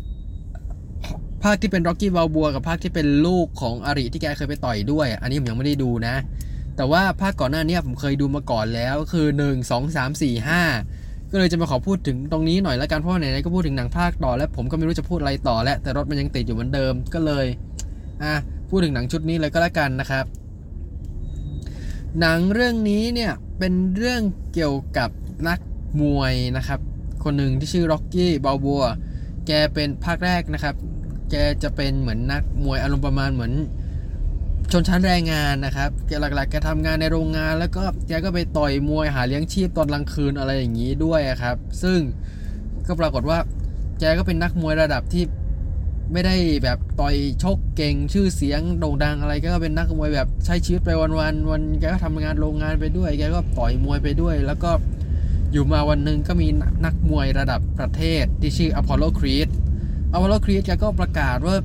ที่เป็น Rocky Balboa กับภาคที่เป็นลูกของอาริที่แกเคยไปต่อยด้วยอันนี้ผมยังไม่ได้ดูนะแต่ว่าภาคก่อนหน้านี้ผมเคยดูมาก่อนแล้วคือ1 2 3 4 5ก็เลยจะมาขอพูดถึงตรงนี้หน่อยละกันเพราะไหนๆก็พูดถึงหนังภาคต่อแล้วผมก็ไม่รู้จะพูดอะไรต่อแล้วแต่รถมันยังติดอยู่เหมือนเดิมก็เลยพูดถึงหนังชุดนี้เลยก็แล้วกันนะครับหนังเรื่องนี้เนี่ยเป็นเรื่องเกี่ยวกับนักมวยนะครับคนหนึ่งที่ชื่อ Rocky Balboa แกเป็นภาคแรกนะครับแกจะเป็นเหมือนนักมวยอารมณ์ประมาณเหมือนชนชั้นแรงงานนะครับแกหลักๆแกทำงานในโรงงานแล้วก็แกก็ไปต่อยมวยหาเลี้ยงชีพตอนกลางคืนอะไรอย่างนี้ด้วยครับซึ่งก็ปรากฏว่าแกก็เป็นนักมวยระดับที่ไม่ได้แบบต่อยชกเก่งชื่อเสียงโด่งดังอะไรก็เป็นนักมวยแบบใช้ชีวิตไปวันแกก็ทำงานโรงงานไปด้วยแกก็ต่อยมวยไปด้วยแล้วก็อยู่มาวันหนึ่งก็มีนักมวยระดับประเทศที่ชื่ออพอลโล ครีดแกก็ประกาศว่า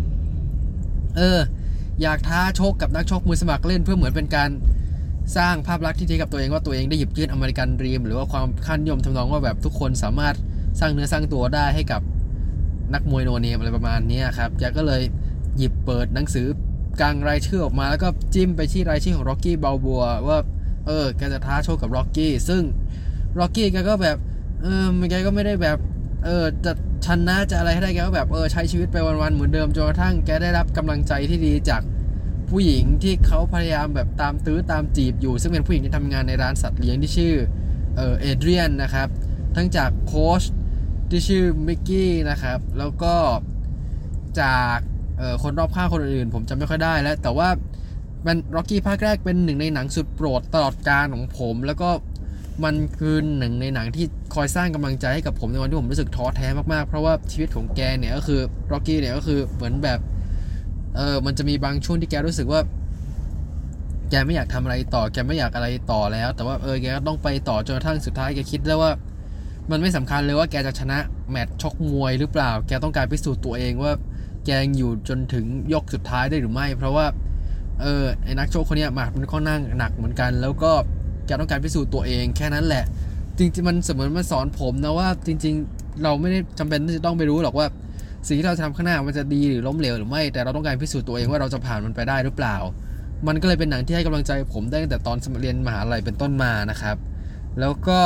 อยากท้าชกกับนักชกมือสมัครเล่นเพื่อเหมือนเป็นการสร้างภาพลักษณ์ที่ดีกับตัวเองว่าตัวเองได้หยิบยื่นอเมริกันดรีมหรือว่าความค่านิยมทำนองว่าแบบทุกคนสามารถสร้างเนื้อสร้างตัวได้ให้กับนักมวยโนเนมอะไรประมาณนี้ครับแกก็เลยหยิบเปิดหนังสือกลางรายชื่อออกมาแล้วก็จิ้มไปที่รายชื่อของ Rocky Balboa ว่าแกจะท้าชกกับ Rocky ซึ่ง Rocky แกก็แบบแกก็ไม่ได้แบบจะชนะจะอะไรให้ได้แกก็แบบใช้ชีวิตไปวันๆเหมือนเดิมจนกระทั่งแกได้รับกำลังใจที่ดีจากผู้หญิงที่เขาพยายามแบบตามตื้อตามจีบอยู่ซึ่งเป็นผู้หญิงที่ทำงานในร้านสัตว์เลี้ยงที่ชื่อเอเดรียนนะครับทั้งจากโค้ชที่ชื่อมิกกี้นะครับแล้วก็จากคนรอบข้างคนอื่นผมจำไม่ค่อยได้แล้วแต่ว่ามันร็อกกี้ภาคแรกเป็นหนึ่งในหนังสุดโปรดตลอดกาลของผมแล้วก็มันคือหนึ่งในหนังที่คอยสร้างกำลังใจให้กับผมในวันที่ผมรู้สึกท้อแท้มากๆเพราะว่าชีวิตของแกเนี่ยก็คือร็อกกี้เนี่ยก็คือเหมือนแบบมันจะมีบางช่วงที่แกรู้สึกว่าแกไม่อยากทำอะไรต่อแกไม่อยากอะไรต่อแล้วแต่ว่าแกก็ต้องไปต่อจนกระทั่งสุดท้ายแกคิดแล้วว่ามันไม่สำคัญเลยว่าแกจะชนะแมตช์ชกมวยหรือเปล่าแกต้องการพิสูจน์ตัวเองว่าแกยังอยู่จนถึงยกสุดท้ายได้หรือไม่เพราะว่าไอ้นักโชกคนนี้หมัดมันค่อนข้างหนักเหมือนกันแล้วก็แกต้องการพิสูจน์ตัวเองแค่นั้นแหละจริงๆมันเสมือนมันสอนผมนะว่าจริงๆเราไม่ได้จำเป็นที่จะต้องไปรู้หรอกว่าสิ่งที่เราทำข้างหน้ามันจะดีหรือล้มเหลวหรือไม่แต่เราต้องการพิสูจน์ตัวเองว่าเราจะผ่านมันไปได้หรือเปล่ามันก็เลยเป็นหนังที่ให้กำลังใจผมได้ตั้งแต่ตอนเรียนมหาลัยเป็นต้นมานะครับแล้วก็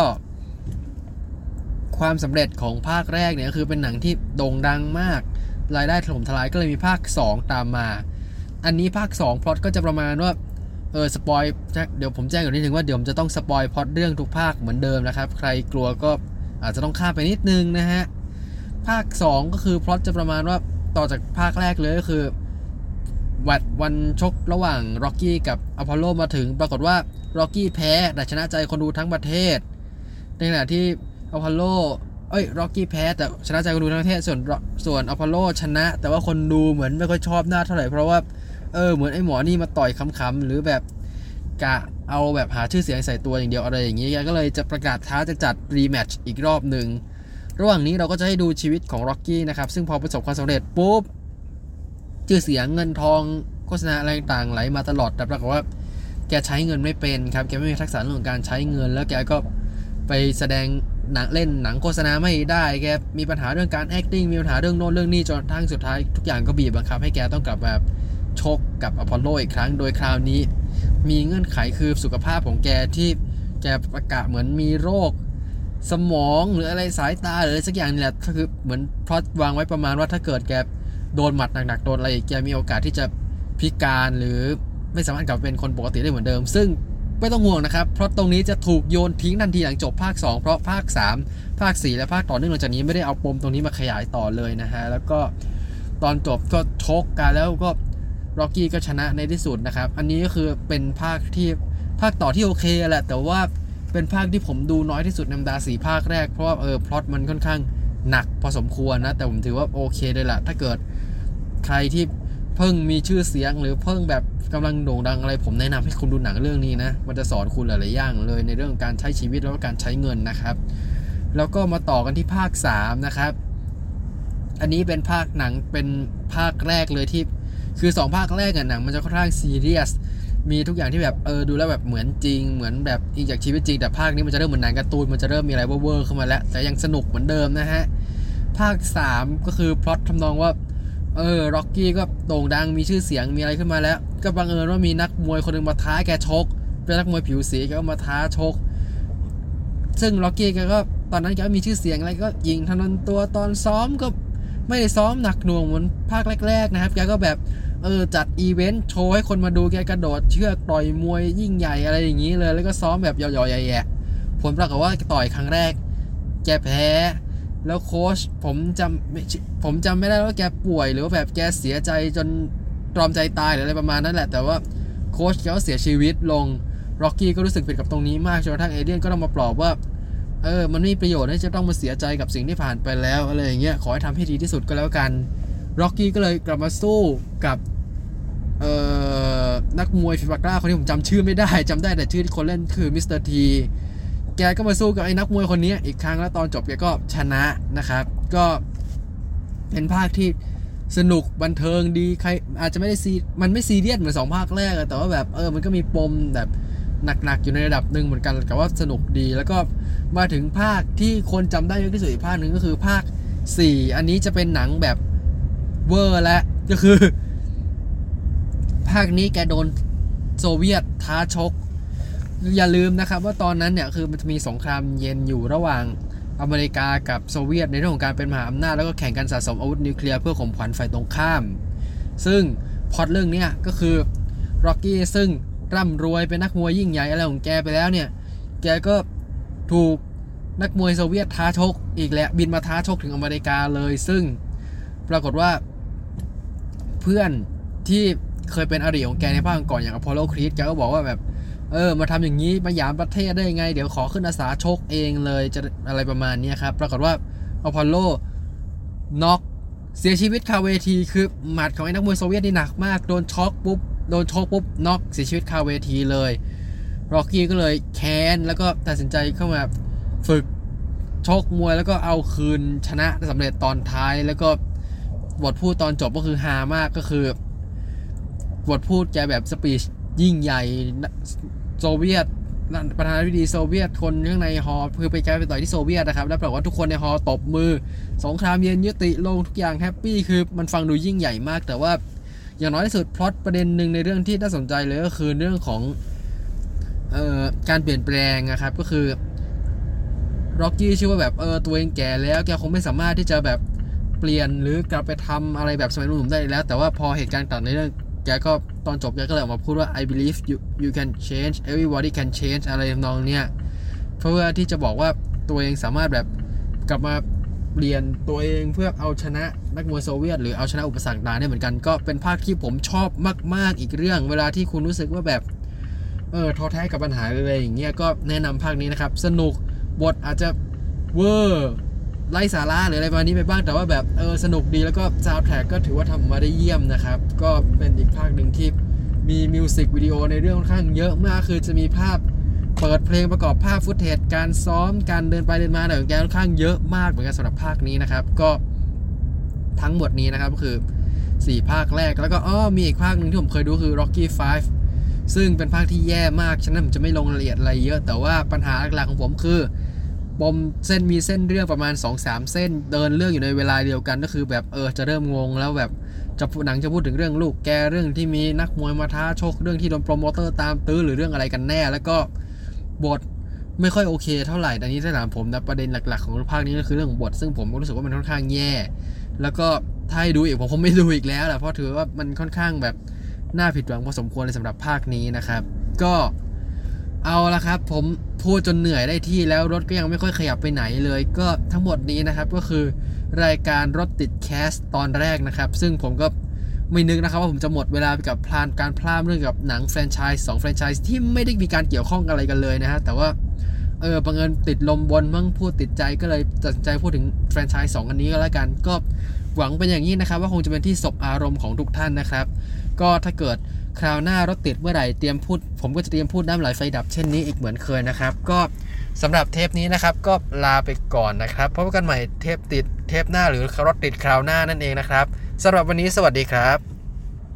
ความสำเร็จของภาคแรกเนี่ยคือเป็นหนังที่โด่งดังมากรายได้ถล่มทลายก็เลยมีภาค2ตามมาอันนี้ภาค2พล็อตก็จะประมาณว่าสปอยเดี๋ยวผมแจ้งก่อนนิดนึงว่าเดี๋ยวผมจะต้องสปอยพล็อตเรื่องทุกภาคเหมือนเดิมนะครับใครกลัวก็อาจจะต้องข้ามไปนิดนึงนะฮะภาค2ก็คือพล็อตจะประมาณว่าต่อจากภาคแรกเลยก็คือวันชกระหว่างร็อกกี้กับอพอลโลมาถึงปรากฏว่าร็อกกี้แพ้แต่ชนะใจคนดูทั้งประเทศในขณะที่อพอลโลร็อกกี้แพ้แต่ชนะใจคนดูทั้งประเทศส่วนอพอลโลชนะแต่ว่าคนดูเหมือนไม่ค่อยชอบหน้าเท่าไหร่เพราะว่าเหมือนไอ้หมอนี่มาต่อยขำๆหรือแบบกะเอาแบบหาชื่อเสียงใส่ตัวอย่างเดียวอะไรอย่างนี้แกก็เลยจะประกาศท้าจะจัดรีแมตช์อีกรอบหนึ่งระหว่างนี้เราก็จะให้ดูชีวิตของร็อกกี้นะครับซึ่งพอประสบความสำเร็จปุ๊บชื่อเสียงเงินทองโฆษณาอะไรต่างไหลมาตลอดแต่ปรากฏว่าแกใช้เงินไม่เป็นครับแกไม่มีทักษะเรื่องของการใช้เงินแล้วแกก็ไปแสดงเล่นหนังโฆษณาไม่ได้แกมีปัญหาเรื่องการ acting มีปัญหาเรื่องโน้นเรื่องนี้จนทั้งสุดท้ายทุกอย่างก็บีบบังคับให้แกต้องกลับมาชกกับอพอลโลอีกครั้งโดยคราวนี้มีเงื่อนไขคือสุขภาพของแกที่แกประกาศเหมือนมีโรคสมองหรืออะไรสายตาหรืออะไรสักอย่างนี่แหละก็คือเหมือนพล็อตวางไว้ประมาณว่าถ้าเกิดแกโดนหมัดหนักๆโดนอะไรแกมีโอกาสที่จะพิการหรือไม่สามารถกลับเป็นคนปกติได้เหมือนเดิมซึ่งไม่ต้องห่วงนะครับเพราะตรงนี้จะถูกโยนทิ้งทันทีหลังจบภาค2เพราะภาค3ภาค4และภาคต่อเนื่องหลังจากนี้ไม่ได้เอาปมตรงนี้มาขยายต่อเลยนะฮะแล้วก็ตอนจบก็ชกกันแล้วก็ร็อกกี้ก็ชนะในที่สุดนะครับอันนี้ก็คือเป็นภาคต่อที่โอเคแหละแต่ว่าเป็นภาคที่ผมดูน้อยที่สุดในบรรดา4ภาคแรกเพราะว่าพล็อตมันค่อนข้างหนักพอสมควรนะแต่ผมถือว่าโอเคเลยล่ะถ้าเกิดใครที่เพิ่งมีชื่อเสียงหรือเพิ่งแบบกำลังโด่งดังอะไรผมแนะนำให้คุณดูหนังเรื่องนี้นะมันจะสอนคุณหลายๆอย่างเลยในเรื่องการใช้ชีวิตแล้วก็การใช้เงินนะครับแล้วก็มาต่อกันที่ภาค3นะครับอันนี้เป็นภาคหนังเป็นภาคแรกเลยที่คือ2ภาคแรกหนังมันจะค่อนข้างซีเรียสมีทุกอย่างที่แบบดูแล้วแบบเหมือนจริงเหมือนแบบอิงจากชีวิตจริงแต่ภาคนี้มันจะเริ่มเหมือนหนังการ์ตูนมันจะเริ่มมีอะไรเวอร์ๆเข้ามาแล้วแต่ยังสนุกเหมือนเดิมนะฮะภาค3ก็คือพล็อตทำนองว่าร็อกกี้ก็โด่งดังมีชื่อเสียงมีอะไรขึ้นมาแล้วก็บังเอิญว่ามีนักมวยคนนึงมาท้าแกชกเป็นนักมวยผิวสีแกก็มาท้าชกซึ่งร็อกกี้แกก็ตอนนั้นแกก็มีชื่อเสียงอะไรก็ยิงทะนนตัวตอนซ้อมก็ไม่ได้ซ้อมหนักหน่วงเหมือนภาคแรกๆนะครับแกก็แบบจัดอีเวนต์โชว์ให้คนมาดูแกกระโดดเชือกต่อยมวยยิ่งใหญ่อะไรอย่างนี้เลยแล้วก็ซ้อมแบบหย่อๆแย่ๆผลปรากฏว่าต่อยครั้งแรกแกแพ้แล้วโค้ชผมจำไม่ได้ว่าแกป่วยหรือว่าแบบแกเสียใจจนตรอมใจตายหรืออะไรประมาณนั้นแหละแต่ว่าโค้ชแกก็เสียชีวิตลงร็อกกี้ก็รู้สึกผิดกับตรงนี้มากจนกระทั่งเอเดียนก็ต้องมาปลอบว่ามันไม่มีประโยชน์ที่จะต้องมาเสียใจกับสิ่งที่ผ่านไปแล้วอะไรอย่างเงี้ยขอให้ทำให้ดีที่สุดก็แล้วกันร็อกกี้ก็เลยกลับมาสู้กับนักมวยฝีปากกล้าคนที่ผมจำชื่อไม่ได้จำได้แต่ชื่อที่คนเล่นคือมิสเตอร์ทีแกก็มาสู้กับไอ้นักมวยคนนี้อีกครั้งแล้วตอนจบแกก็ชนะนะครับก็เป็นภาคที่สนุกบันเทิงดีใครอาจจะไม่ได้มันไม่ซีเรียสเหมือน2ภาคแรกแต่ว่าแบบมันก็มีปมแบบหนักๆอยู่ในระดับหนึ่งเหมือนกันแต่ว่าสนุกดีแล้วก็มาถึงภาคที่คนจำได้เยอะที่สุดอีกภาคหนึ่งก็คือภาค4อันนี้จะเป็นหนังแบบเวอร์และก็คือภาคนี้แกโดนโซเวียตท้าชกอย่าลืมนะครับว่าตอนนั้นเนี่ยคือมันจะมีสงครามเย็นอยู่ระหว่างอเมริกากับโซเวียตในเรื่องของการเป็นมหาอำนาจแล้วก็แข่งกันสะสมอาวุธนิวเคลียร์เพื่อข่มขวัญฝ่ายตรงข้ามซึ่งพล็อตเรื่องนี้ก็คือร็อกกี้ซึ่งร่ำรวยเป็นนักมวยยิ่งใหญ่อะไรของแกไปแล้วเนี่ยแกก็ถูกนักมวยโซเวียตท้าชกอีกแล้วบินมาท้าชกถึงอเมริกาเลยซึ่งปรากฏว่าเพื่อนที่เคยเป็นอดีตของแกในภาคก่อนอย่างอพอลโลครีดแกก็บอกว่าแบบมาทำอย่างนี้มาหยามประเทศได้ยังไงเดี๋ยวขอขึ้นอาสาชกเองเลยจะอะไรประมาณนี้ครับปรากฏว่าอพอลโลน็อกเสียชีวิตคาเวทีคือหมัดของไอ้นักมวยโซเวียตนี่หนักมากโดนช็อกปุ๊บน็อกเสียชีวิตคาเวทีเลยร็อกกี้ก็เลยแค้นแล้วก็ตัดสินใจเข้ามาฝึกชกมวยแล้วก็เอาคืนชนะสำเร็จตอนท้ายแล้วก็บทพูดตอนจบก็คือฮามากก็คือบทพูดแกแบบสปีชยิ่งใหญ่โซเวียตประธานาธิบดีโซเวียตคนข้างในฮอลคือไปแกไปต่อยที่โซเวียตนะครับแล้วแปลว่าทุกคนในฮอลตบมือสงครามเย็นยุติลงทุกอย่างแฮปปี้คือมันฟังดูยิ่งใหญ่มากแต่ว่าอย่างน้อยที่สุดพล็อตประเด็นหนึ่งในเรื่องที่น่าสนใจเลยก็คือเรื่องของการเปลี่ยนแปลงนะครับก็คือร็อกกี้ชื่อว่าแบบตัวเองแก่แล้วแกคงไม่สามารถที่จะแบบเปลี่ยนหรือกลับไปทำอะไรแบบสมัยหนุ่มๆได้แล้วแต่ว่าพอเหตุการณ์ต่างในเรื่องแกก็ตอนจบแกก็เลยออกมาพูดว่า I believe you can change everybody can change อะไรทำนองเนี้ยเพื่อที่จะบอกว่าตัวเองสามารถแบบกลับมาเปลี่ยนตัวเองเพื่อเอาชนะนักมวยโซเวียตหรือเอาชนะอุปสรรคต่างได้เหมือนกันก็เป็นภาคที่ผมชอบมากๆอีกเรื่องเวลาที่คุณรู้สึกว่าแบบท้อแท้กับปัญหาอะไรอย่างเงี้ยก็แนะนำภาคนี้นะครับสนุกบทอาจจะเวอร์ไร้สาระหรืออะไรประมาณนี้ไปบ้างแต่ว่าแบบสนุกดีแล้วก็ซาวด์แทร็กก็ถือว่าทำมาได้เยี่ยมนะครับก็เป็นอีกภาคหนึ่งที่มีมิวสิกวิดีโอในเรื่องค่อนข้างเยอะมากคือจะมีภาพเปิดเพลงประกอบภาพฟุตเทจการซ้อมการเดินไปเดินมาอะไรของแกค่อนข้างเยอะมากเหมือนกันสำหรับภาคนี้นะครับก็ทั้งหมดนี้นะครับก็คือ4ภาคแรกแล้วก็มีอีกภาคหนึ่งที่ผมเคยดูคือ Rocky 5ซึ่งเป็นภาคที่แย่มากฉะนั้นผมจะไม่ลงรายละเอียดอะไรเยอะแต่ว่าปัญหาหลักๆของผมคือปมมีเส้นเรื่องประมาณ 2-3 เส้นเดินเรื่องอยู่ในเวลาเดียวกันก็คือแบบจะเริ่มงงแล้วแบบหนังจะพูดถึงเรื่องลูกแกเรื่องที่มีนักมวยมาท้าชกเรื่องที่โดนโปรโมเตอร์ตามตื้อหรือเรื่องอะไรกันแน่แล้วก็บทไม่ค่อยโอเคเท่าไหร่แต่นี้ถ้าถามผมนะประเด็นหลักๆของภาคนี้ก็คือเรื่องของบทซึ่งผมรู้สึกว่ามันค่อนข้างแย่แล้วก็ถ้าให้ดูอีกผมคงไม่ดูอีกแล้วแหละเพราะถือว่ามันค่อนข้างแบบน่าผิดหวังพอสมควรเลยสำหรับภาคนี้นะครับก็เอาละครับผมพูดจนเหนื่อยได้ที่แล้วรถก็ยังไม่ค่อยขยับไปไหนเลยก็ทั้งหมดนี้นะครับก็คือรายการรถติดแคสตอนแรกนะครับซึ่งผมก็ไม่นึกนะครับว่าผมจะหมดเวลาไปกับการพลาดเรื่องกับหนังแฟรนไชส์2แฟรนไชส์ที่ไม่ได้มีการเกี่ยวข้องอะไรกันเลยนะฮะแต่ว่าบังเอิญติดลมบนมั่งพูดติดใจก็เลยตัดสินใจพูดถึงแฟรนไชส์2อันนี้ก็แล้วกันก็หวังเป็นอย่างนี้นะครับว่าคงจะเป็นที่สบอารมณ์ของทุกท่านนะครับก็ถ้าเกิดคราวหน้ารถติดเมื่อไหร่ผมก็จะเตรียมพูดน้ำไหลไฟดับเช่นนี้อีกเหมือนเคยนะครับก็สำหรับเทปนี้นะครับก็ลาไปก่อนนะครับพบกันใหม่เทปหน้าหรือรถติดคราวหน้านั่นเองนะครับสำหรับวันนี้สวัสดีครับ